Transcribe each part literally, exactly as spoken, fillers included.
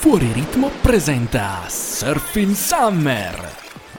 Fuori Ritmo presenta Surfing Summer.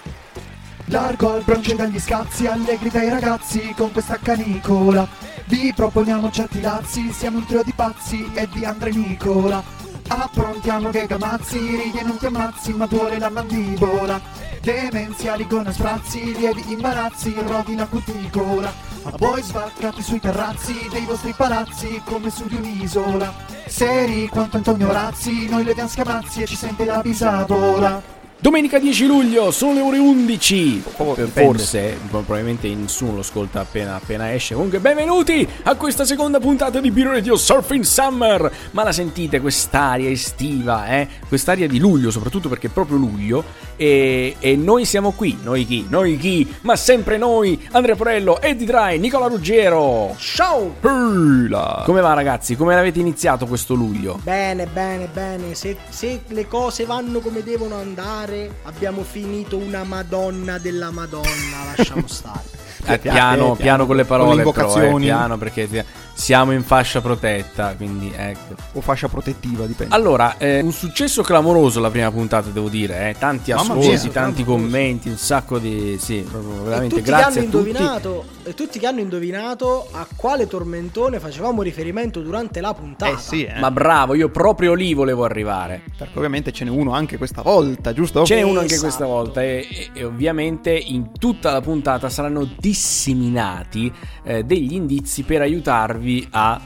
Largo al bronce dagli scazzi, allegri dai ragazzi con questa canicola. Vi proponiamo certi dazi, siamo un trio di pazzi e di Andre Nicola. Approntiamo che gamazzi, ridi e non ti ammazzi, ma duole la mandibola. Demenziali con sprazzi, lievi imbarazzi, rodi la cuticola. A voi svaccati sui terrazzi dei vostri palazzi come su di un'isola. Seri quanto Antonio Razzi, noi le diamo scamazzi e ci sente la bisadola. Domenica dieci luglio, sono le ore undici. Dipende. Forse, probabilmente nessuno lo ascolta appena, appena esce. Comunque, benvenuti a questa seconda puntata di B Radio Surfing Summer. Ma la sentite quest'aria estiva, eh? Quest'aria di luglio, soprattutto perché è proprio luglio. E, e noi siamo qui. Noi chi? Noi chi? Ma sempre noi. Andrea Porello, Eddie Dry, Nicola Ruggero. Ciao! Hula. Come va, ragazzi? Come l'avete iniziato questo luglio? Bene, bene, bene. Se, se le cose vanno come devono andare, abbiamo finito una Madonna della Madonna. Lasciamo stare. Eh, piano, piano, piano con le parole, con le però, eh, piano perché siamo in fascia protetta, quindi ecco. O fascia protettiva, dipende. Allora, eh, un successo clamoroso la prima puntata, devo dire, eh. Tanti ascolti, mia, tanti commenti, un sacco di sì, proprio veramente e tutti grazie che hanno a tutti. Indovinato, e tutti che hanno indovinato a quale tormentone facevamo riferimento durante la puntata. Eh sì, eh. Ma bravo, io proprio lì volevo arrivare. Perché ovviamente ce n'è uno anche questa volta, giusto? Ce n'è uno anche Esatto. questa volta e, e, e ovviamente in tutta la puntata saranno disseminati eh, degli indizi per aiutarvi a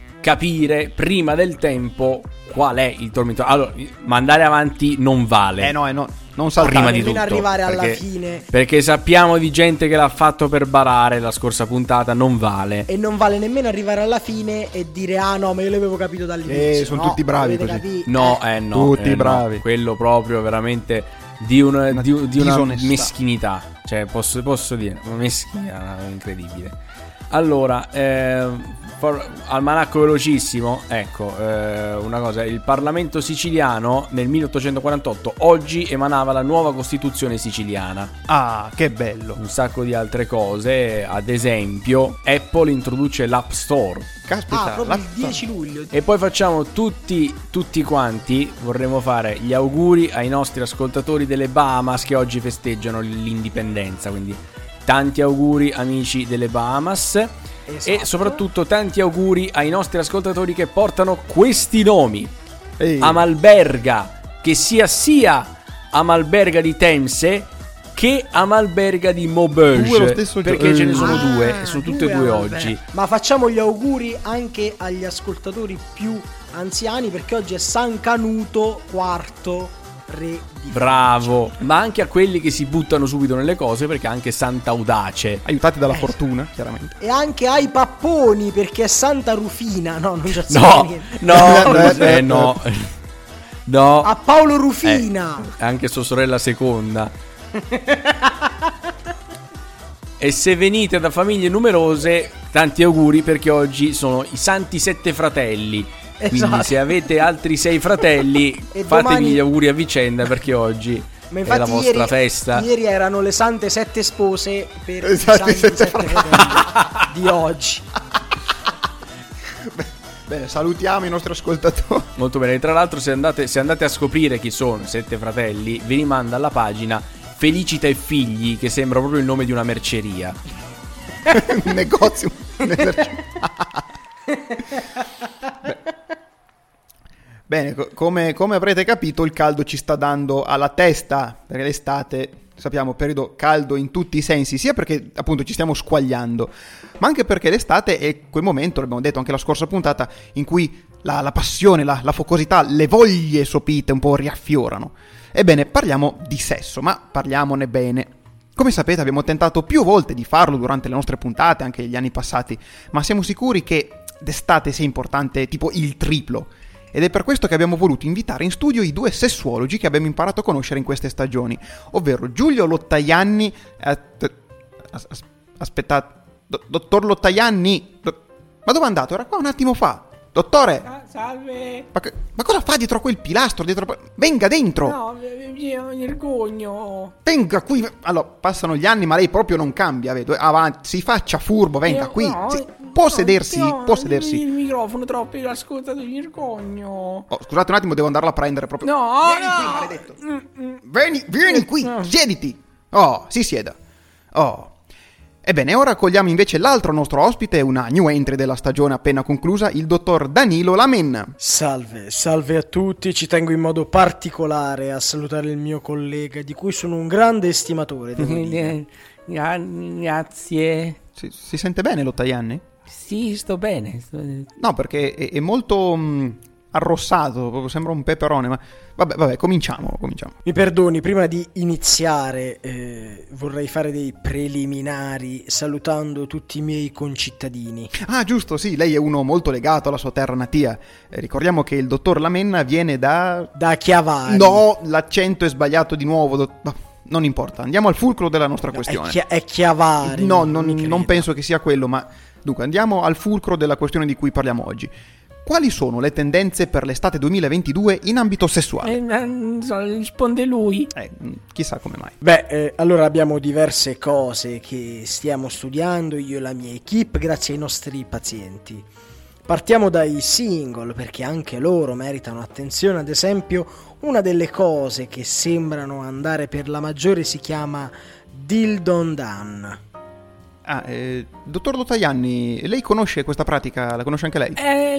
capire prima del tempo qual è il tormentone. Allora, ma andare avanti non vale. Eh no, eh no, non saltare. Prima di nemmeno tutto, arrivare alla perché, fine. perché sappiamo di gente che l'ha fatto per barare la scorsa puntata, non vale. E non vale nemmeno arrivare alla fine e dire ah no, ma io l'avevo capito dall'inizio. Eh, sono no, tutti bravi dovete così. capi- No, eh. eh no, Tutti eh, bravi. no. Quello proprio veramente di, un, Una di, di una disonestà. meschinità. Cioè, posso, posso dire, una meschinità incredibile. Allora, eh, for, almanacco velocissimo. Ecco, eh, una cosa: il Parlamento siciliano nel milleottocentoquarantotto oggi emanava la nuova Costituzione siciliana. Ah, che bello. Un sacco di altre cose, ad esempio, Apple introduce l'App Store. Caspita, Ah, proprio la- il dieci luglio. E poi facciamo tutti, tutti quanti, vorremmo fare gli auguri ai nostri ascoltatori delle Bahamas che oggi festeggiano l'indipendenza, quindi tanti auguri amici delle Bahamas. Esatto. E soprattutto tanti auguri ai nostri ascoltatori che portano questi nomi. Ehi. Amalberga, che sia sia Amalberga di Temse che Amalberga di Maubeuge, Due lo stesso perché giorno. ce ne sono Ah, due e sono tutte e due vabbè. oggi. Ma facciamo gli auguri anche agli ascoltatori più anziani, perché oggi è San Canuto quarto re di Bravo, ma anche a quelli che si buttano subito nelle cose, perché anche Sant'Audace. Aiutati dalla fortuna, chiaramente. E anche ai papponi, perché è Santa Rufina. No, non c'è No, niente. no, eh, no, no. A Paolo Rufina. Eh, anche sua sorella seconda. E se venite da famiglie numerose, tanti auguri, perché oggi sono i Santi Sette Fratelli. Quindi Esatto. se avete altri sei fratelli, E fatevi domani- gli auguri a vicenda, perché oggi Ma è la infatti vostra ieri, festa. ieri erano le sante sette spose per Esatto, i i santi sette sette fratelli di oggi. Bene, salutiamo i nostri ascoltatori. Molto bene, tra l'altro se andate, se andate a scoprire chi sono Sette Fratelli, vi rimanda alla pagina Felicita e Figli, che sembra proprio il nome di una merceria. Un negozio. un esercizio. Bene, co- come, come avrete capito, il caldo ci sta dando alla testa, perché l'estate, sappiamo, periodo caldo in tutti i sensi, sia perché appunto ci stiamo squagliando, ma anche perché l'estate è quel momento, l'abbiamo detto anche la scorsa puntata, in cui la, la passione, la, la focosità, le voglie sopite un po' riaffiorano. Ebbene, parliamo di sesso, ma parliamone bene. Come sapete, abbiamo tentato più volte di farlo durante le nostre puntate, anche gli anni passati, ma siamo sicuri che d'estate sia importante tipo il triplo. Ed è per questo che abbiamo voluto invitare in studio i due sessuologi che abbiamo imparato a conoscere in queste stagioni, ovvero Giulio Lottaianni... Eh, t- as- as- aspettate... Do- dottor Lottaianni... Do- ma dove è andato? Era qua un attimo fa. Dottore! Ah, salve. Ma, che- ma cosa fa dietro a quel pilastro? Dietro... Venga dentro! No, mi mi vergogno. Venga qui! Allora, passano gli anni, ma lei proprio non cambia, vedo. Avanti, si faccia furbo, venga Io- qui. no, Sì, no, può sedersi, no, può sedersi. Il microfono troppo, io ascoltato, mi vergogno. Oh, scusate un attimo, devo andarla a prendere proprio. No, Vieni no. qui, maledetto. Mm, mm. Vieni, vieni qui, No. siediti. Oh, si sieda. Oh. Ebbene, ora accogliamo invece l'altro nostro ospite, una new entry della stagione appena conclusa, il dottor Danilo Lamenna. Salve, salve a tutti, ci tengo in modo particolare a salutare il mio collega di cui sono un grande estimatore. devo dire. Gra- Grazie. Si, si sente bene Lottaianni? Sì, sto bene. sto- No, perché è, è molto mh, arrossato, proprio sembra un peperone, ma vabbè, vabbè, cominciamo, cominciamo. Mi perdoni, prima di iniziare eh, vorrei fare dei preliminari salutando tutti i miei concittadini. Ah, giusto, sì, lei è uno molto legato alla sua terra natia. Eh, ricordiamo che il dottor Lamenna viene da... Da Chiavari. No, l'accento è sbagliato di nuovo. dott- no, non importa, andiamo al fulcro della nostra È, questione. Chia- è Chiavari. No, non, mi creda. non penso che sia quello, ma dunque andiamo al fulcro della questione di cui parliamo oggi. Quali sono le tendenze per l'estate duemilaventidue in ambito sessuale? Eh, non so, risponde lui. Eh, chissà come mai. Beh, eh, allora abbiamo diverse cose che stiamo studiando io e la mia equipe grazie ai nostri pazienti. Partiamo dai single perché anche loro meritano attenzione. Ad esempio, una delle cose che sembrano andare per la maggiore si chiama Dildon Dan. Ah, eh, dottor Lottaianni, lei conosce questa pratica? La conosce anche lei?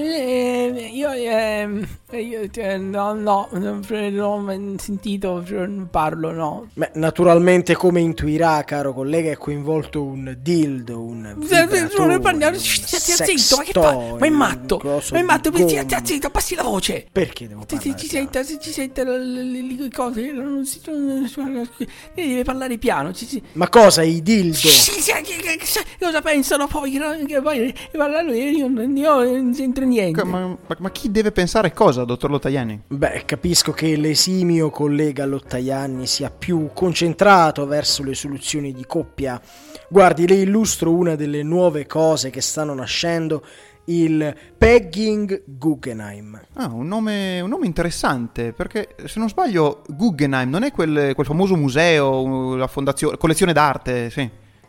Eh, eh, io, eh, io eh, no, no, non non ho mai sentito, non parlo, no. Beh, naturalmente, come intuirà, caro collega, è coinvolto un dildo, un Non parliamo, vibratore, un stia zitto, sex ma che fa? toy, Ma è matto, un coso ma è matto, di stia gomma. zitto, abbassi la voce. Perché devo Se, se parlare ci piano? senta, se ci senta le, le, le- le cose, non si, non si- deve parlare piano. Ci, ci, Ma cosa, i dildo? Sì, sì, che- che- che- cosa pensano poi? Che, non- che poi parla lui, io, non- io non c'entro niente. Ma, ma- ma chi deve pensare cosa, dottor Lottaianni? Beh, capisco che l'esimio collega Lottaianni sia più concentrato verso le soluzioni di coppia. Guardi, le illustro una delle nuove cose che stanno nascendo, il Pegging Guggenheim. Ah, un nome, un nome interessante, perché se non sbaglio Guggenheim non è quel, quel famoso museo, la fondazione, collezione d'arte, sì.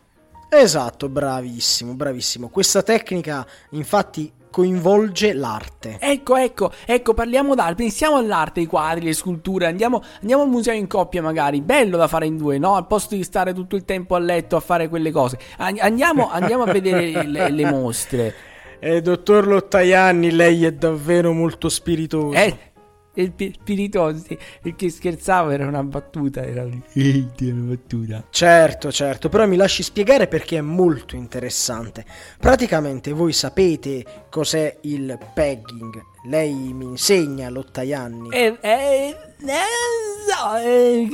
Esatto, bravissimo, bravissimo. Questa tecnica infatti coinvolge l'arte. Ecco, ecco, ecco, parliamo d'arte, pensiamo all'arte, i quadri, le sculture, andiamo, andiamo al museo in coppia magari, bello da fare in due, no? Al posto di stare tutto il tempo a letto a fare quelle cose. An- Andiamo, andiamo a vedere le, le mostre. Eh, dottor Lottaianni, lei è davvero molto spiritoso. Eh, il pi- spiritoso, sì, perché scherzavo, era una battuta, era una battuta. Certo, certo, però mi lasci spiegare perché è molto interessante. Praticamente voi sapete cos'è il pegging. Lei mi insegna, Lottaianni. Eh, eh, no, eh,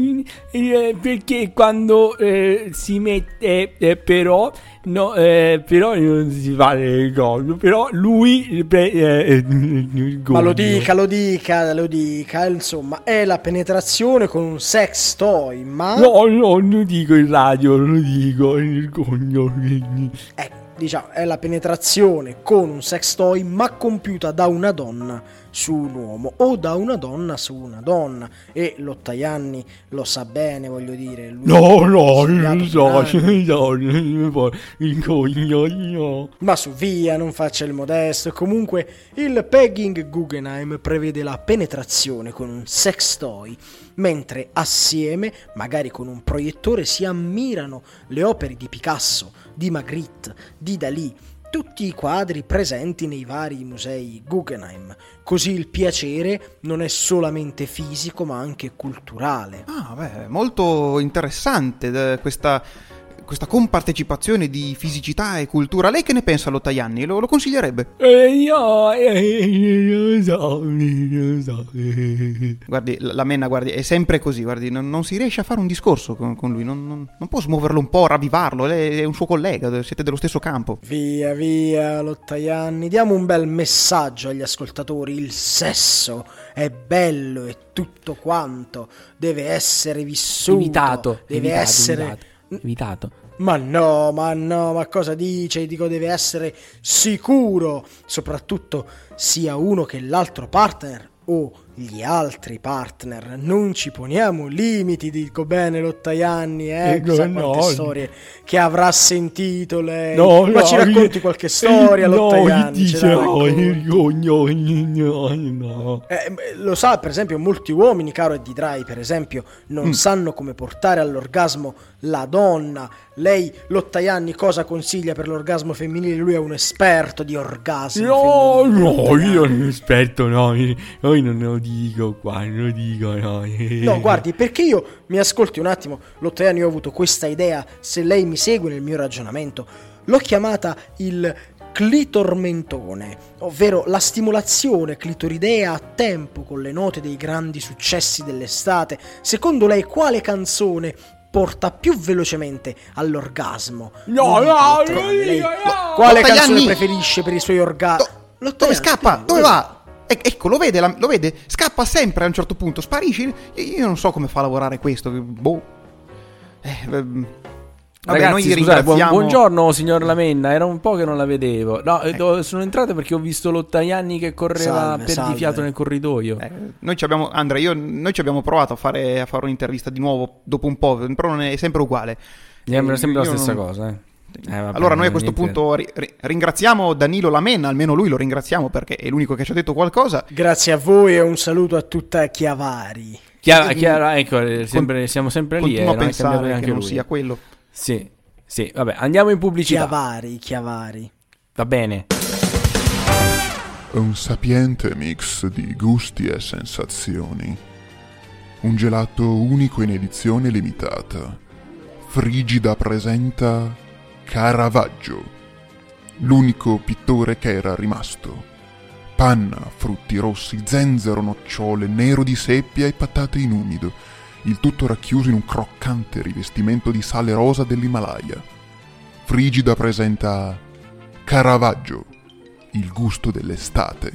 eh, perché quando eh, si mette eh, però no, eh, però non si fa le cose, però lui eh, eh, Ma lo dica, lo dica, lo dica, insomma, è la penetrazione con un sex toy, ma... no, no, non dico in radio, lo dico il cogno. Ecco, diciamo, è la penetrazione con un sex toy, ma compiuta da una donna su un uomo o da una donna su una donna. E Lottaianni lo sa bene, voglio dire. Lui No, no, ha non so, studiato per anni. no, il cogno, no. Ma su via, non faccia il modesto. Comunque, il Pegging Guggenheim prevede la penetrazione con un sex toy, mentre assieme, magari con un proiettore, si ammirano le opere di Picasso, di Magritte, di Dalì, tutti i quadri presenti nei vari musei Guggenheim. Così il piacere non è solamente fisico ma anche culturale. Ah, beh, molto interessante eh, questa, questa compartecipazione di fisicità e cultura. Lei che ne pensa, Lottaianni? Lo, lo consiglierebbe? Eh, io eh, non so, non so. eh. Guardi, la la Menna, guardi, è sempre così, guardi, non, non si riesce a fare un discorso con, con lui, non, non, non può smuoverlo un po', ravvivarlo, lei è un suo collega, siete dello stesso campo. Via, via, Lottaianni, diamo un bel messaggio agli ascoltatori. Il sesso è bello e tutto quanto dento deve essere vissuto, Evitato, deve evitato, essere... evitato, evitato. Ma no, ma no, ma cosa dice? Dico, deve essere sicuro, soprattutto sia uno che l'altro partner o gli altri partner. Non ci poniamo limiti, dico bene Lottajani, eh? Eh, Chissà no, quante no. storie che avrà sentito lei. No, ma no, ci racconti io- qualche storia, no, Lottajani? che Ce dice, la no, racconti? no, no, no, no. Eh, lo sa, per esempio, molti uomini, caro Eddie Dry, per esempio, non Mm. sanno come portare all'orgasmo la donna. Lei, Lottajani, cosa consiglia per l'orgasmo femminile? Lui è un esperto di orgasmo No, femminile. no, io Lottajani. non sono esperto, no, io io non lo dico qua, non lo dico, no. No, guardi, perché io, mi ascolti un attimo, Lottajani, io ho avuto questa idea, se lei mi segue nel mio ragionamento, l'ho chiamata il clitormentone, ovvero la stimolazione clitoridea a tempo con le note dei grandi successi dell'estate. Secondo lei quale canzone porta più velocemente all'orgasmo? No, Lo dico, no, Lottajani, non lei dico, no. quale Lottajani! canzone preferisce per i suoi orgasmi? Do- dove scappa? Dove va? E- ecco, lo vede, la- lo vede? Scappa sempre a un certo punto, sparisce. Io, io non so come fa a lavorare questo. Boh. Eh, ehm, vabbè, Ragazzi, noi scusate, ringraziamo... buon- buongiorno signor Lamenna, era un po' che non la vedevo. No, eh, do- sono entrato perché ho visto Lottajani che correva Salve, per salve. di fiato nel corridoio. Eh, noi ci abbiamo, Andrea, io, noi ci abbiamo provato a fare, a fare un'intervista di nuovo dopo un po', però non è sempre uguale. Mi sembra Eh, sempre la io stessa non- cosa, eh. Eh, vabbè, Allora noi a questo niente. punto ri- ri- ringraziamo Danilo Lamenna, almeno lui lo ringraziamo perché è l'unico che ci ha detto qualcosa. Grazie a voi e un saluto a tutta Chiavari. Chiara, Chiara, ecco, eh, sempre- siamo sempre lì, eh, Continuo a non è cambiato pensare che neanche non lui. sia quello. Sì, sì, vabbè, andiamo in pubblicità. Chiavari, Chiavari. Va bene. Un sapiente mix di gusti e sensazioni. Un gelato unico in edizione limitata. Frigida presenta Caravaggio, l'unico pittore che era rimasto. Panna, frutti rossi, zenzero, nocciole, nero di seppia e patate in umido. Il tutto racchiuso in un croccante rivestimento di sale rosa dell'Himalaya. Frigida presenta Caravaggio, il gusto dell'estate.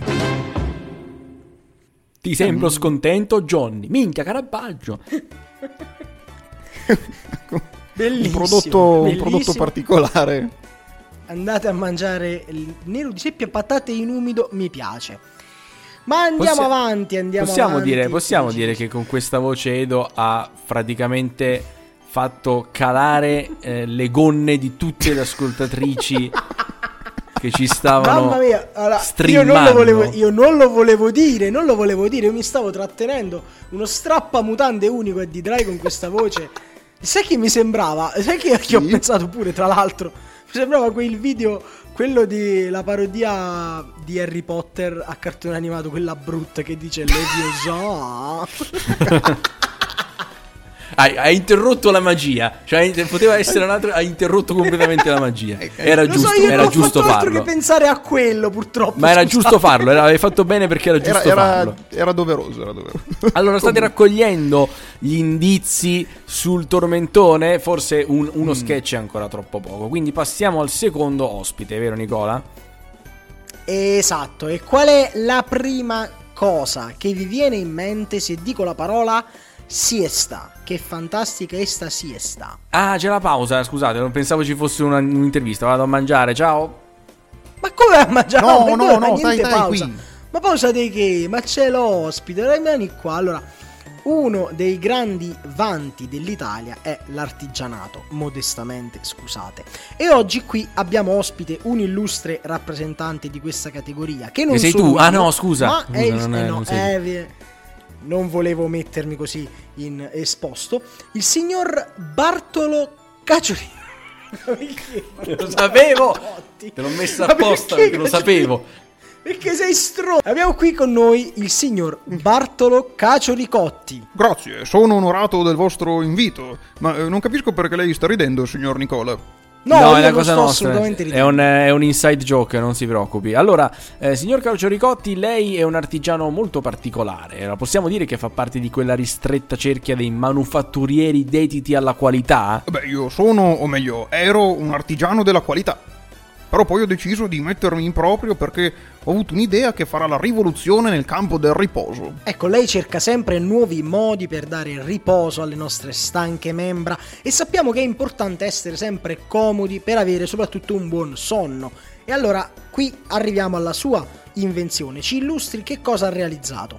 Ti sembro scontento, Johnny? Minchia, Caravaggio. Un Bellissimo, prodotto, un bellissimo. prodotto particolare. Andate a mangiare il nero di seppia, patate in umido, mi piace. Ma andiamo Possi- avanti, andiamo possiamo avanti. dire, possiamo Sì, dire sì, che con questa voce Edo ha praticamente fatto calare eh, le gonne di tutte le ascoltatrici che ci stavano Mamma mia, allora, io, streamando. non lo volevo, io non lo volevo dire, non lo volevo dire, io mi stavo trattenendo. Uno strappamutande unico e di Dry con questa voce. Sai che mi sembrava? Sai che, che ho Sì. pensato pure, tra l'altro? Mi sembrava quel video, quello di la parodia di Harry Potter a cartone animato, quella brutta che dice Leviosa. Hai, hai interrotto la magia, cioè poteva essere un altro, hai interrotto completamente la magia. Era Lo so, giusto, io era non ho giusto fatto altro farlo. che pensare a quello, purtroppo. Ma era scusate. giusto farlo, era, avevi fatto bene perché era giusto Era, farlo. era, era doveroso, era doveroso. Allora, state raccogliendo gli indizi sul tormentone? Forse un- uno sketch è ancora troppo poco. Quindi passiamo al secondo ospite, vero Nicola? Esatto, e qual è la prima cosa che vi viene in mente se dico la parola siesta? Che fantastica è sta siesta. Ah, c'è la pausa, scusate, non pensavo ci fosse una- un'intervista. Vado a mangiare, ciao. Ma come a mangiare? No, Ma no, dove? no, Ma stai- niente stai pausa. qui. Ma pausa di che? Ma c'è l'ospite, rimani qua. Allora, uno dei grandi vanti dell'Italia è l'artigianato, modestamente, scusate. E oggi qui abbiamo ospite un illustre rappresentante di questa categoria, che non Che sei sono tu? io, Ah, no, scusa. ma Scusa, è il- non è- eh, no, non sei eh, vi- non volevo mettermi così in esposto. Il signor Bartolo Cacciolini. Lo sapevo! Te l'ho messa Ma apposta perché perché lo Cacciolini? sapevo. Perché sei stronzo. Abbiamo qui con noi il signor Bartolo Cacio Ricotti. Grazie, sono onorato del vostro invito, ma eh, non capisco perché lei sta ridendo, signor Nicola. No, No, io è una non cosa sto nostra. assolutamente È ridendo. un, è un inside joke, non si preoccupi. Allora, eh, signor Calcio Ricotti, lei è un artigiano molto particolare. Allora, possiamo dire che fa parte di quella ristretta cerchia dei manufatturieri dediti alla qualità? Beh, io sono, o meglio, ero un artigiano della qualità. Però poi ho deciso di mettermi in proprio perché ho avuto un'idea che farà la rivoluzione nel campo del riposo. Ecco, lei cerca sempre nuovi modi per dare riposo alle nostre stanche membra e sappiamo che è importante essere sempre comodi per avere soprattutto un buon sonno. E allora qui arriviamo alla sua invenzione. Ci illustri che cosa ha realizzato?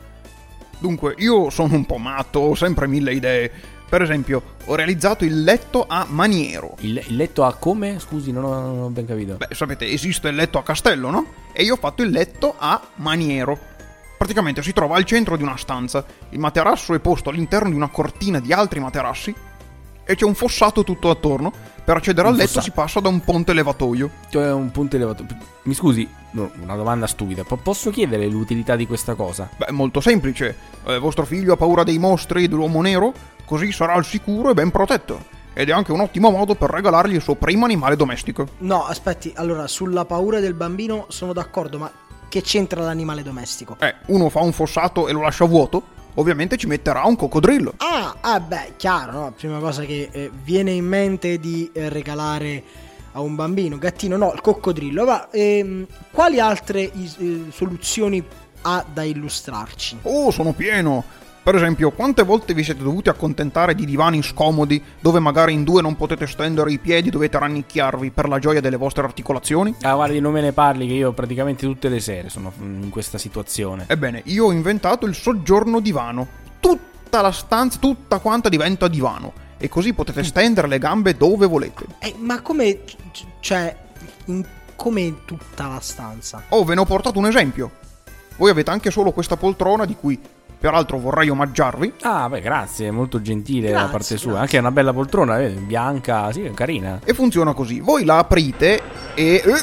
Dunque, io sono un po' matto, ho sempre mille idee. Per esempio, ho realizzato il letto a maniero. Il, il letto a come? Scusi, non ho, non ho ben capito. Beh, sapete, esiste il letto a castello, no? E io ho fatto il letto a maniero. Praticamente si trova al centro di una stanza. Il materasso è posto all'interno di una cortina di altri materassi e c'è un fossato tutto attorno. Per accedere Un al letto fossato. si passa da un ponte levatoio. Cioè un punto elevato. Mi scusi, no, una domanda stupida. Po- posso chiedere l'utilità di questa cosa? Beh, molto semplice. Eh, vostro figlio ha paura dei mostri e dell'uomo nero? Così sarà al sicuro e ben protetto. Ed è anche un ottimo modo per regalargli il suo primo animale domestico. No, aspetti, allora sulla paura del bambino sono d'accordo, ma che c'entra l'animale domestico? Eh, uno fa un fossato e lo lascia vuoto? Ovviamente ci metterà un coccodrillo. Ah, ah beh, chiaro, no? Prima cosa che eh, viene in mente di eh, regalare a un bambino, gattino, no, il coccodrillo. Ma ehm, quali altre is- eh, soluzioni ha da illustrarci? Oh, sono pieno! Per esempio, quante volte vi siete dovuti accontentare di divani scomodi dove magari in due non potete stendere i piedi, dovete rannicchiarvi per la gioia delle vostre articolazioni? Ah, guardi, non me ne parli che io praticamente tutte le sere sono in questa situazione. Ebbene, io ho inventato il soggiorno divano. Tutta la stanza, tutta quanta diventa divano. E così potete stendere le gambe dove volete. Eh, ma come, c- cioè, in, come in tutta la stanza? Oh, ve ne ho portato un esempio. Voi avete anche solo questa poltrona di cui peraltro vorrei omaggiarvi. Ah, beh, grazie, molto gentile Grazie, da parte sua. grazie. Anche una bella poltrona, vedi, bianca, sì, carina. E funziona così. Voi la aprite e... eh,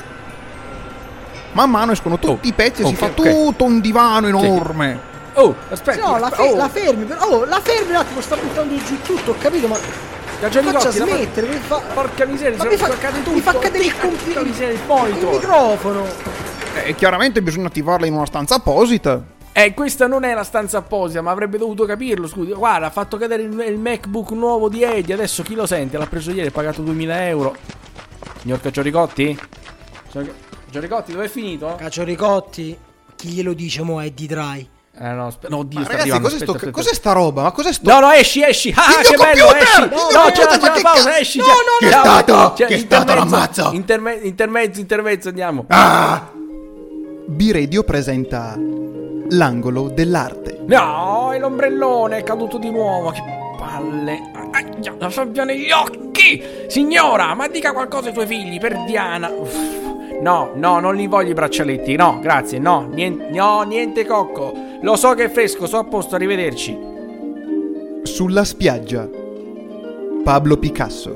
man mano escono tutti Oh, i pezzi e si ok, fa ok. tutto un divano enorme. Oh, aspetta. No, la, fe- oh, la fermi, però. Oh, la fermi un attimo, sta buttando giù tutto, ho capito, ma Giannicotti, faccia la fa- smettere, mi fa... Porca miseria, Ma se mi non fa, cade tutto. mi fa cadere il Porca computer, miseria, il il monitor. microfono. E chiaramente bisogna attivarla in una stanza apposita. Eh, questa non è la stanza apposita, ma avrebbe dovuto capirlo, scusi. Guarda, ha fatto cadere il, il MacBook nuovo di Eddie, adesso chi lo sente? L'ha preso ieri, ha pagato duemila euro. Signor Caccioricotti? Signor Caccioricotti, dove è finito? Caccioricotti, chi glielo dice mo è di Dry? Eh no, aspetta, no, oddio, Ma sta ragazzi, arrivando. cos'è, aspetta, sto, aspetta. cos'è sta roba? Ma cos'è sto... No, no, esci, esci. Ah, Il che mio bello, computer! esci. Il mio No, c'è computer, la, ma c'è la che pausa, ca- esci. No, c'è- no, no. c'è- Che è stato? c'è- Che è stato, intermezzo, l'ammazzo? interme- intermezzo, intermezzo, andiamo. Ah! B-Radio presenta l'angolo dell'arte. No, è l'ombrellone, è caduto di nuovo. Che palle. Aia, la sabbia negli occhi. Signora, ma dica qualcosa ai tuoi figli, per Diana. Uff. No, no, non li voglio i braccialetti. No, grazie, no, niente, no, niente cocco. Lo so che è fresco, sto a posto, arrivederci. Sulla spiaggia. Pablo Picasso.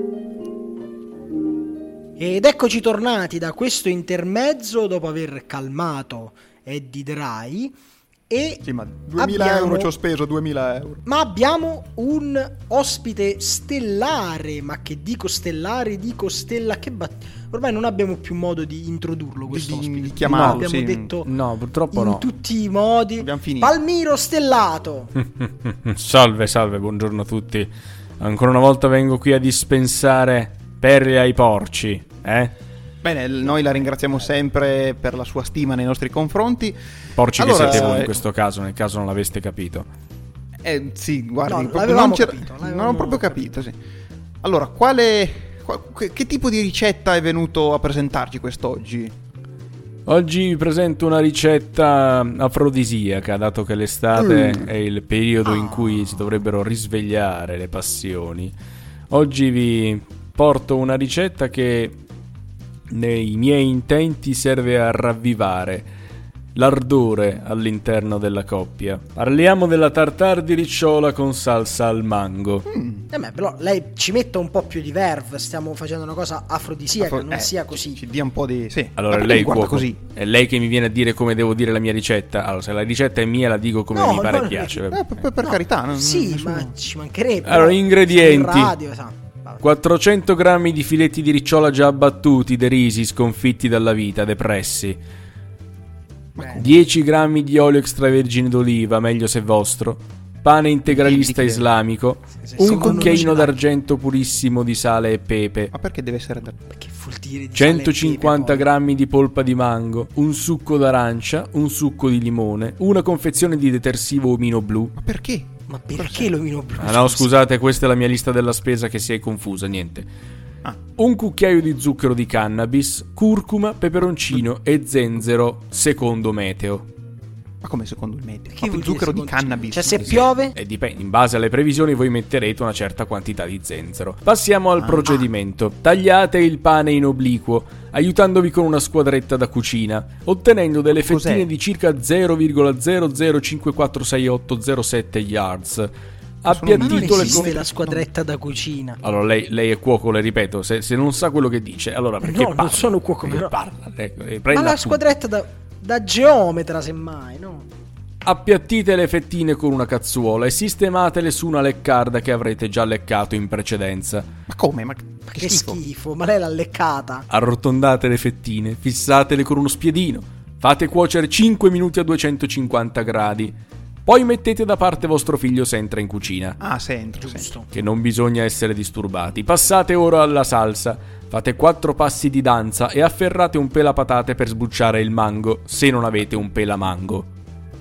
Ed eccoci tornati da questo intermezzo dopo aver calmato Eddie Dry. E Sì, ma duemila abbiamo- euro ci ho speso, duemila euro. Ma abbiamo un ospite stellare, ma che dico stellare, dico stella, che bat... Ormai non abbiamo più modo di introdurlo questo Di- ospite. di chiamarlo, Abbiamo sì. detto No, purtroppo in no. tutti i modi. Abbiamo finito. Palmiro Stellato. Salve, salve, buongiorno a tutti. Ancora una volta vengo qui a dispensare perle ai porci, eh? Bene, l- noi la ringraziamo sempre per la sua stima nei nostri confronti. Porci Allora, che siete voi eh, in questo caso, nel caso non l'aveste capito. Eh, sì, guardi, No, proprio l'avevamo non, c'era- capito, non l'avevamo ho proprio capito, sì. Allora, quale... qua- che che tipo di ricetta è venuto a presentarci quest'oggi? Oggi vi presento una ricetta afrodisiaca, dato che l'estate Mm. è il periodo in Ah. cui si dovrebbero risvegliare le passioni. Oggi vi porto una ricetta che nei miei intenti serve a ravvivare l'ardore all'interno della coppia. Parliamo della tartare di ricciola con salsa al mango. Eh beh, però lei ci metta un po' più di verve. Stiamo facendo una cosa afrodisiaca, Afro- non eh, sia così. Ci dia un po' di... Sì. Allora Ma è perché lei mi guarda cuoco, così. è lei che mi viene a dire come devo dire la mia ricetta. Allora, se la ricetta è mia, la dico come No, mi pare no, e piace. Eh, per, per- per No, carità. non- Sì, nessuno- ma ci mancherebbe. Allora, però ingredienti. in radio, sa. Vabbè. quattrocento grammi di filetti di ricciola già abbattuti, derisi, sconfitti dalla vita, depressi. Bene. dieci grammi di olio extravergine d'oliva, meglio se vostro. pane integralista Liquide. islamico, sì, un secondo cucchiaino me- d'argento purissimo di sale e pepe, Ma perché deve essere da... Che vuol dire di centocinquanta sale e pepe, grammi di polpa di mango, un succo d'arancia, un succo di limone, una confezione di detersivo omino blu. Ma perché? poi? Ma perché l'omino blu? Ah no, scusate, questa è la mia lista della spesa che si è confusa, niente. Ah. Un cucchiaio di zucchero di cannabis, curcuma, peperoncino e zenzero secondo meteo. Ma come secondo il meteo? Che Ma vuol zucchero dire di secondo- cannabis. Cioè, se Sì. piove, E dipende, in base alle previsioni voi metterete una certa quantità di zenzero. Passiamo al Ah. procedimento. Tagliate il pane in obliquo, aiutandovi con una squadretta da cucina, ottenendo delle Cos'è? fettine di circa zero virgola zero zero cinque quattro sei otto zero sette yards. ma non Appiattito le esiste con... la squadretta da cucina. Allora, lei, lei è cuoco, le ripeto, se, se non sa quello che dice, allora perché No, parla? non sono cuoco, Perché però. parla? Ecco, e Ma prenda la appunti. squadretta da, da geometra, semmai, no? Appiattite le fettine con una cazzuola e sistematele su una leccarda che avrete già leccato in precedenza. Ma come? Ma Ma che, che schifo. schifo, ma lei l'ha leccata. Arrotondate le fettine, fissatele con uno spiedino, fate cuocere cinque minuti a duecentocinquanta gradi. Poi mettete da parte vostro figlio se entra in cucina, Ah, se entro, se entro. Giusto. che non bisogna essere disturbati. Passate ora alla salsa, fate quattro passi di danza e afferrate un pelapatate per sbucciare il mango, se non avete un pelamango.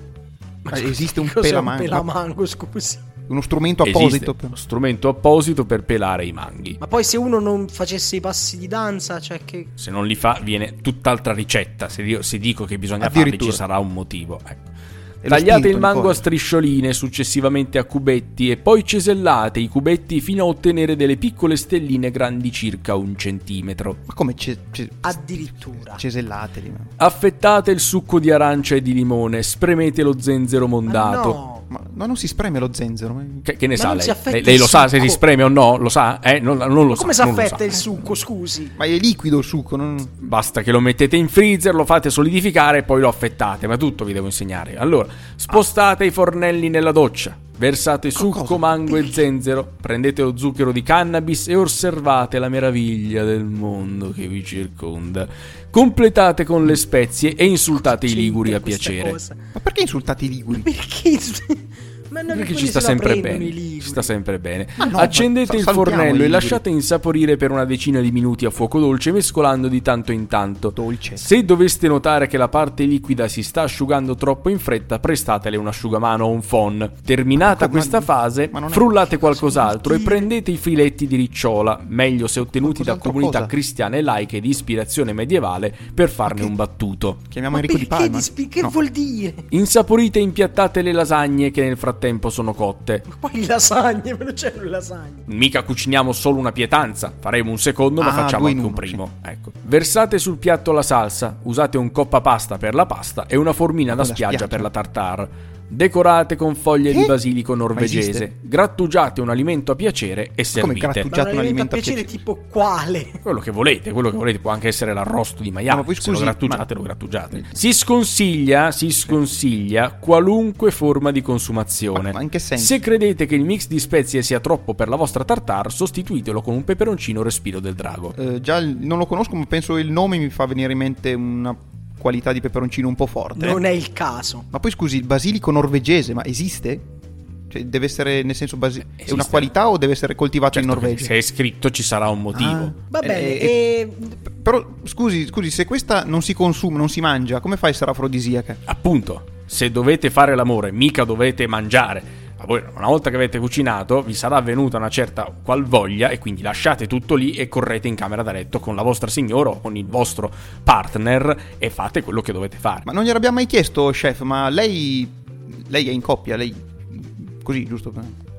Ma esiste un Cos'è pelamango? un pelamango, scusi? Uno strumento Esiste apposito per... uno strumento apposito per pelare i manghi. Ma poi se uno non facesse i passi di danza, cioè che... Se non li fa viene tutt'altra ricetta. Se, io, se dico che bisogna farli Addirittura. ci sarà un motivo. Ecco. È lo Tagliate spirito il mango di a fuori. striscioline, successivamente a cubetti e poi cesellate i cubetti fino a ottenere delle piccole stelline grandi circa un centimetro. Ma come ce, ce, Addirittura. cesellateli? Ma, Affettate il succo di arancia e di limone, spremete lo zenzero Ma mondato. no. ma, ma non si spreme lo zenzero? Ma... Che, che ne Ma sa non lei? si affetta Lei, il lei lo sa se succo. si spreme o no? Lo sa? Eh? Non, non lo sa. Come si non lo affetta sa. il succo, scusi? ma è liquido il succo, non... Basta che lo mettete in freezer, lo fate solidificare e poi lo affettate, ma tutto vi devo insegnare. Allora, spostate i fornelli nella doccia, versate succo, cosa? mango e zenzero, prendete lo zucchero di cannabis e osservate la meraviglia del mondo che vi circonda. Completate con le spezie e insultate i liguri a C'entra questa piacere. cosa? Ma perché insultate i liguri? Perché? Ma non Perché quelli ci sta se la sempre prendono bene. i liguri. Ci sta sempre bene. Ma no, Accendete ma il salutiamo i fornello e liguri. lasciate insaporire per una decina di minuti a fuoco dolce, mescolando di tanto in tanto. Dolce. Se doveste notare che la parte liquida si sta asciugando troppo in fretta, prestatele un asciugamano o un phon. Terminata Ma- questa ma- fase, ma non è- frullate qualcos'altro e vuol dire? prendete i filetti di ricciola, meglio se ottenuti da Qualcos'altro comunità cosa? cristiane e laiche di ispirazione medievale, per farne un battuto. Chiamiamo Ma Enrico di perché Palma? di spi- che No. vuol dire? Insaporite e impiattate le lasagne che nel frattempo sono cotte. Ma poi le lasagne, ma non c'erano le lasagne. Mica cuciniamo solo una pietanza, faremo un secondo ma Ah, facciamo due in anche un uno, primo. Ecco. Versate sul piatto la salsa, usate un coppa pasta per la pasta e una formina da Quella spiaggia, spiaggia. per la tartare. Decorate con foglie Che? di basilico Ma norvegese, esiste? grattugiate un alimento a piacere e come servite. grattugiate? Ma Già un un alimento a alimento a piacere piacere. tipo quale? Quello che volete, quello che volete, può anche essere l'arrosto di maiale. No, ma poi Se lo scusi, grattugiate, ma- lo grattugiate. Si sconsiglia, si sconsiglia qualunque forma di consumazione. Ma- ma in che senso? Se credete che il mix di spezie sia troppo per la vostra tartare, sostituitelo con un peperoncino respiro del drago. Eh, già il- non lo conosco, ma penso il nome mi fa venire in mente una qualità di peperoncino un po' forte. Non è il caso. Ma poi scusi, il basilico norvegese, ma esiste? Cioè, deve essere, nel senso, basi- è Esiste. una qualità o deve essere coltivato Certo in che Norvegia? se è scritto ci sarà un motivo. Ah. Va Eh, bene, eh, e... Però, scusi, scusi, se questa non si consuma, non si mangia, come fa a essere afrodisiaca? Appunto, se dovete fare l'amore, mica dovete mangiare. Ma voi, una volta che avete cucinato, vi sarà venuta una certa qualvoglia e quindi lasciate tutto lì e correte in camera da letto con la vostra signora o con il vostro partner e fate quello che dovete fare. Ma non gliel'abbiamo mai chiesto, chef, ma lei, lei è in coppia, lei, così, giusto?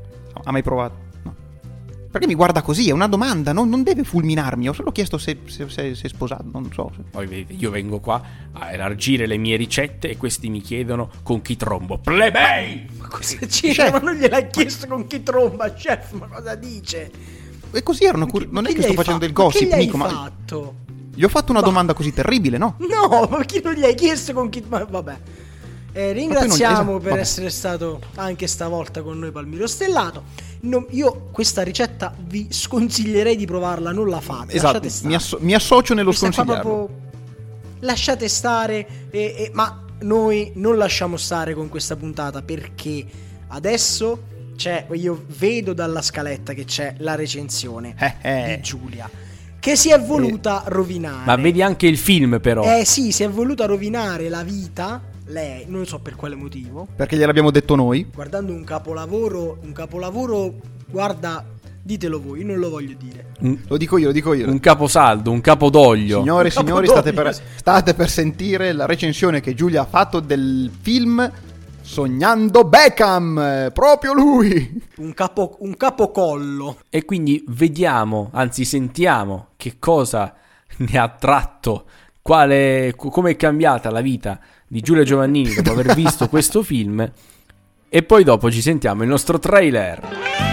Ha mai provato? No. Perché mi guarda così? È una domanda, non, non deve fulminarmi. Ho solo chiesto se, se, se, se è sposato, non so. Poi vedete, io vengo qua a elargire le mie ricette e questi mi chiedono con chi trombo. Plebei! Ma cosa c'è? Chef. Ma non gliel'ha chiesto con chi tromba, chef, ma cosa dice? E così erano Ma cur- chi- Non chi è che gli sto hai facendo del fatto? Ma gossip, che gli hai Nico, ma fatto? gli ho fatto una domanda così terribile, no? No, ma chi non gli hai chiesto con chi... Ma vabbè. Eh, ringraziamo esatto, per vabbè. essere stato anche stavolta con noi Palmiro Stellato. No, io questa ricetta vi sconsiglierei di provarla, non la fate. Esatto, lasciate stare. mi, asso- mi associo nello Questa qua sconsigliarlo. proprio- Lasciate stare, e- e- ma noi non lasciamo stare con questa puntata perché adesso c'è, io vedo dalla scaletta che c'è la recensione eh, eh. di Giulia, che si è voluta eh. rovinare. Ma vedi anche il film però. Eh sì, si è voluta rovinare la vita, lei, non so per quale motivo. Perché gliel'abbiamo detto noi. Guardando un capolavoro, un capolavoro, guarda, ditelo voi, io non lo voglio dire. Mm. Lo dico io, lo dico io. Un caposaldo, un capodoglio. Signore e signori, state per, Capodoglio. state per sentire la recensione che Giulia ha fatto del film Sognando Beckham, proprio lui. Un capo, un capocollo. E quindi vediamo, anzi sentiamo che cosa ne ha tratto, quale, come è cambiata la vita di Giulia Giovannini dopo aver visto questo film. E poi dopo ci sentiamo il nostro trailer.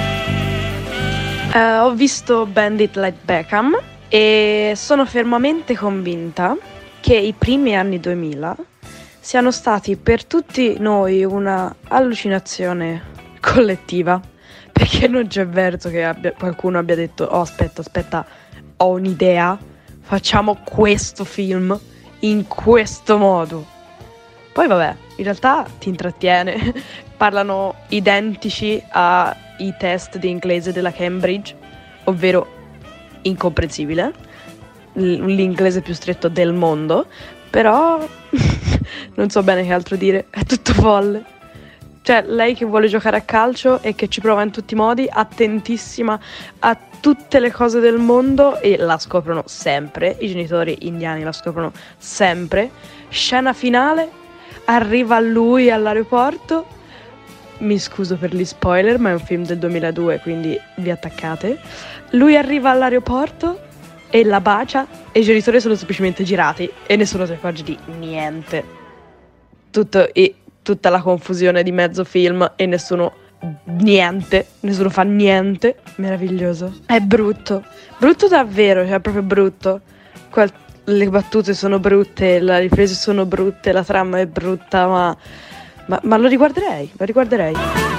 Uh, ho visto Bandit Like Beckham e sono fermamente convinta che i primi anni duemila siano stati per tutti noi una allucinazione collettiva, perché non c'è verso che abbia, qualcuno abbia detto oh aspetta aspetta ho un'idea, facciamo questo film in questo modo. Poi vabbè, in realtà ti intrattiene, parlano identici ai test di inglese della Cambridge, ovvero incomprensibile, l'inglese più stretto del mondo, però non so bene che altro dire, è tutto folle. Cioè, lei che vuole giocare a calcio e che ci prova in tutti i modi, attentissima a tutte le cose del mondo, e la scoprono sempre, i genitori indiani la scoprono sempre. Scena finale, arriva lui all'aeroporto, mi scuso per gli spoiler, ma è un film del duemiladue, quindi vi attaccate. Lui arriva all'aeroporto e la bacia e i genitori sono semplicemente girati e nessuno si accorge di niente. Tutto e tutta la confusione di mezzo film e nessuno niente, nessuno fa niente. Meraviglioso. È brutto, brutto davvero, cioè proprio brutto. Qual- le battute sono brutte, le riprese sono brutte, la trama è brutta, ma ma, ma lo riguarderei, lo riguarderei.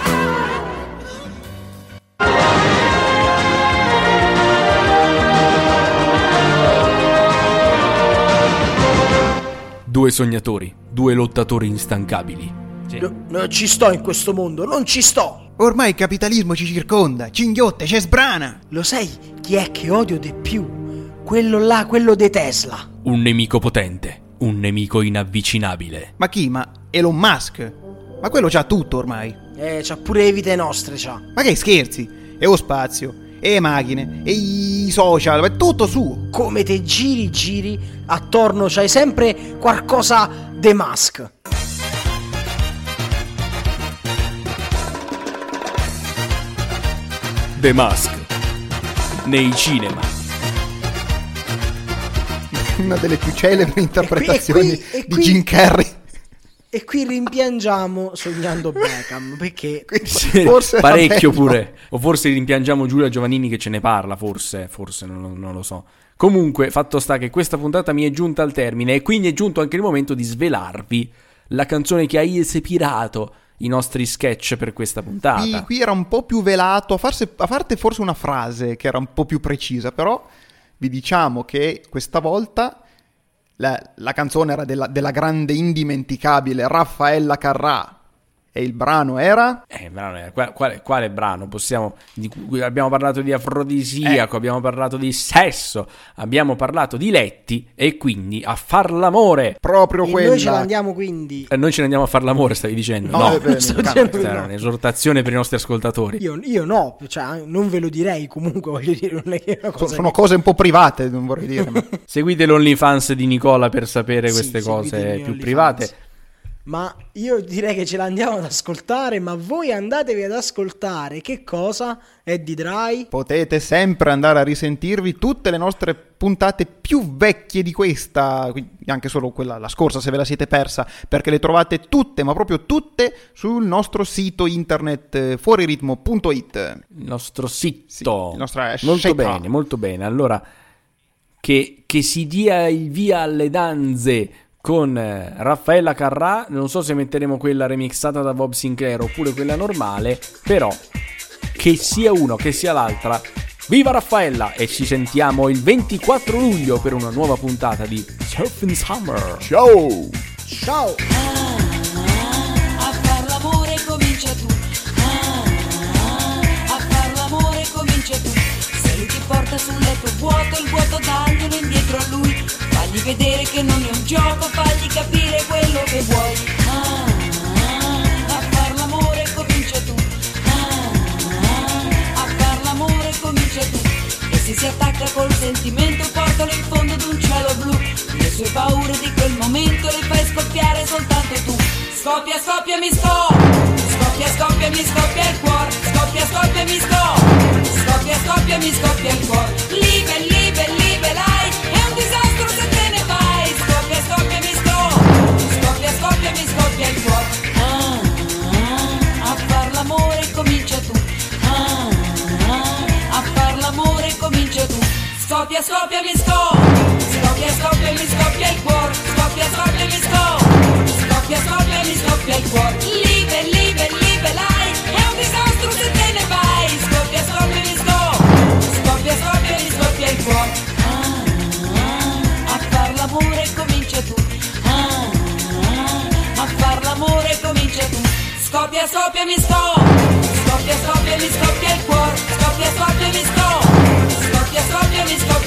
Due sognatori, due lottatori instancabili. Sì. No, non ci sto in questo mondo, non ci sto. Ormai il capitalismo ci circonda, ci inghiotte, ci sbrana. Lo sai chi è che odio di più? Quello là, quello di Tesla. Un nemico potente, un nemico inavvicinabile. Ma chi? Ma Elon Musk? Ma quello c'ha tutto ormai. Eh, c'ha pure le vite nostre, c'ha. Ma che scherzi? E lo spazio, e le macchine, e i social, è tutto suo. Come te giri giri, attorno c'hai sempre qualcosa de Musk. The Mask nei cinema. Una delle più celebri interpretazioni E qui- e di qui- Jim Carrey. E qui rimpiangiamo Sognando Beckham, perché Sì, Forse parecchio era meglio. pure. O forse rimpiangiamo Giulia Giovannini che ce ne parla, forse, forse non, non lo so. Comunque, fatto sta che questa puntata mi è giunta al termine e quindi è giunto anche il momento di svelarvi la canzone che ha ispirato i nostri sketch per questa puntata. Qui, qui era un po' più velato, a, farse, a parte forse una frase che era un po' più precisa, però vi diciamo che questa volta la, la canzone era della, della grande indimenticabile Raffaella Carrà e il brano era... Eh, il brano era- quale, quale, quale brano? Possiamo, di cui abbiamo parlato di afrodisiaco, Eh. abbiamo parlato di sesso, abbiamo parlato di letti e quindi a far l'amore. Proprio e quella. noi ce l'andiamo quindi. E noi ce ne andiamo a far l'amore, stavi dicendo? No, No, è vero, sto calma. dicendo questa di era no. un'esortazione per i nostri ascoltatori. Io, io no, cioè non ve lo direi comunque, voglio dire, non è che è una So- cosa sono che- cose un po' private, non vorrei dire. Ma... Seguite l'OnlyFans di Nicola per sapere Sì, queste seguite cose il mio più OnlyFans. private. Ma io direi che ce l'andiamo ad ascoltare, ma voi andatevi ad ascoltare che cosa? Eddie Dry? Potete sempre andare a risentirvi tutte le nostre puntate più vecchie di questa, quindi anche solo quella la scorsa se ve la siete persa, perché le trovate tutte, ma proprio tutte, sul nostro sito internet eh, fuoriritmo punto it. Il nostro sito. Sì, il nostro molto sito. bene, molto bene. Allora, che, che si dia il via alle danze con eh, Raffaella Carrà. Non so se metteremo quella remixata da Bob Sinclair oppure quella normale, però che sia uno, che sia l'altra. Viva Raffaella! E ci sentiamo il ventiquattro luglio per una nuova puntata di Surfing Summer. Ciao! Ciao! A far l'amore comincia tu, comincia tu. Se lui ti porta sul letto vuoto, il vuoto daglielo indietro a lui. Fagli vedere che non è un gioco, fagli capire quello che vuoi. Ah, ah, a far l'amore comincia tu. Ah, ah, a far l'amore comincia tu. E se si attacca col sentimento, portalo in fondo d'un cielo blu. Le sue paure di quel momento le fai scoppiare soltanto tu. Scoppia, scoppia, mi scoppia. Scoppia, scoppia, mi scoppia il cuore. Scoppia, scoppia, mi scoppia. Scoppia, scoppia, mi scoppia il cuore. Liebe, liebe, liebe, lei è un disastro se te ne vai. Scoppia, scoppia, mi scoppia. Scoppia, scoppia, mi scoppia il cuore. Ah, ah, a far l'amore comincia tu. Ah, ah, a far l'amore comincia tu. Scoppia, scoppia, mi scoppia. Scoppia, scoppia, mi scoppia il cuore. Scoppia, scoppia, mi scoppia. Scoppia, scoppia, mi scoppia il cuore. Liebe, liebe, liebe, lei è un disastro se te ne vai. Scoppia, scoppia, mi scoppia. Scoppia, scoppia, mi scoppia il cuore. Ah, ah, a far l'amore comincia tu. Ah, ah, a far l'amore comincia tu. Scoppia, scoppia, mi scoppia. Scoppia, scoppia, mi scoppia il cuore. Scoppia, scoppia, mi scoppia. Scoppia, scoppia, mi scoppia.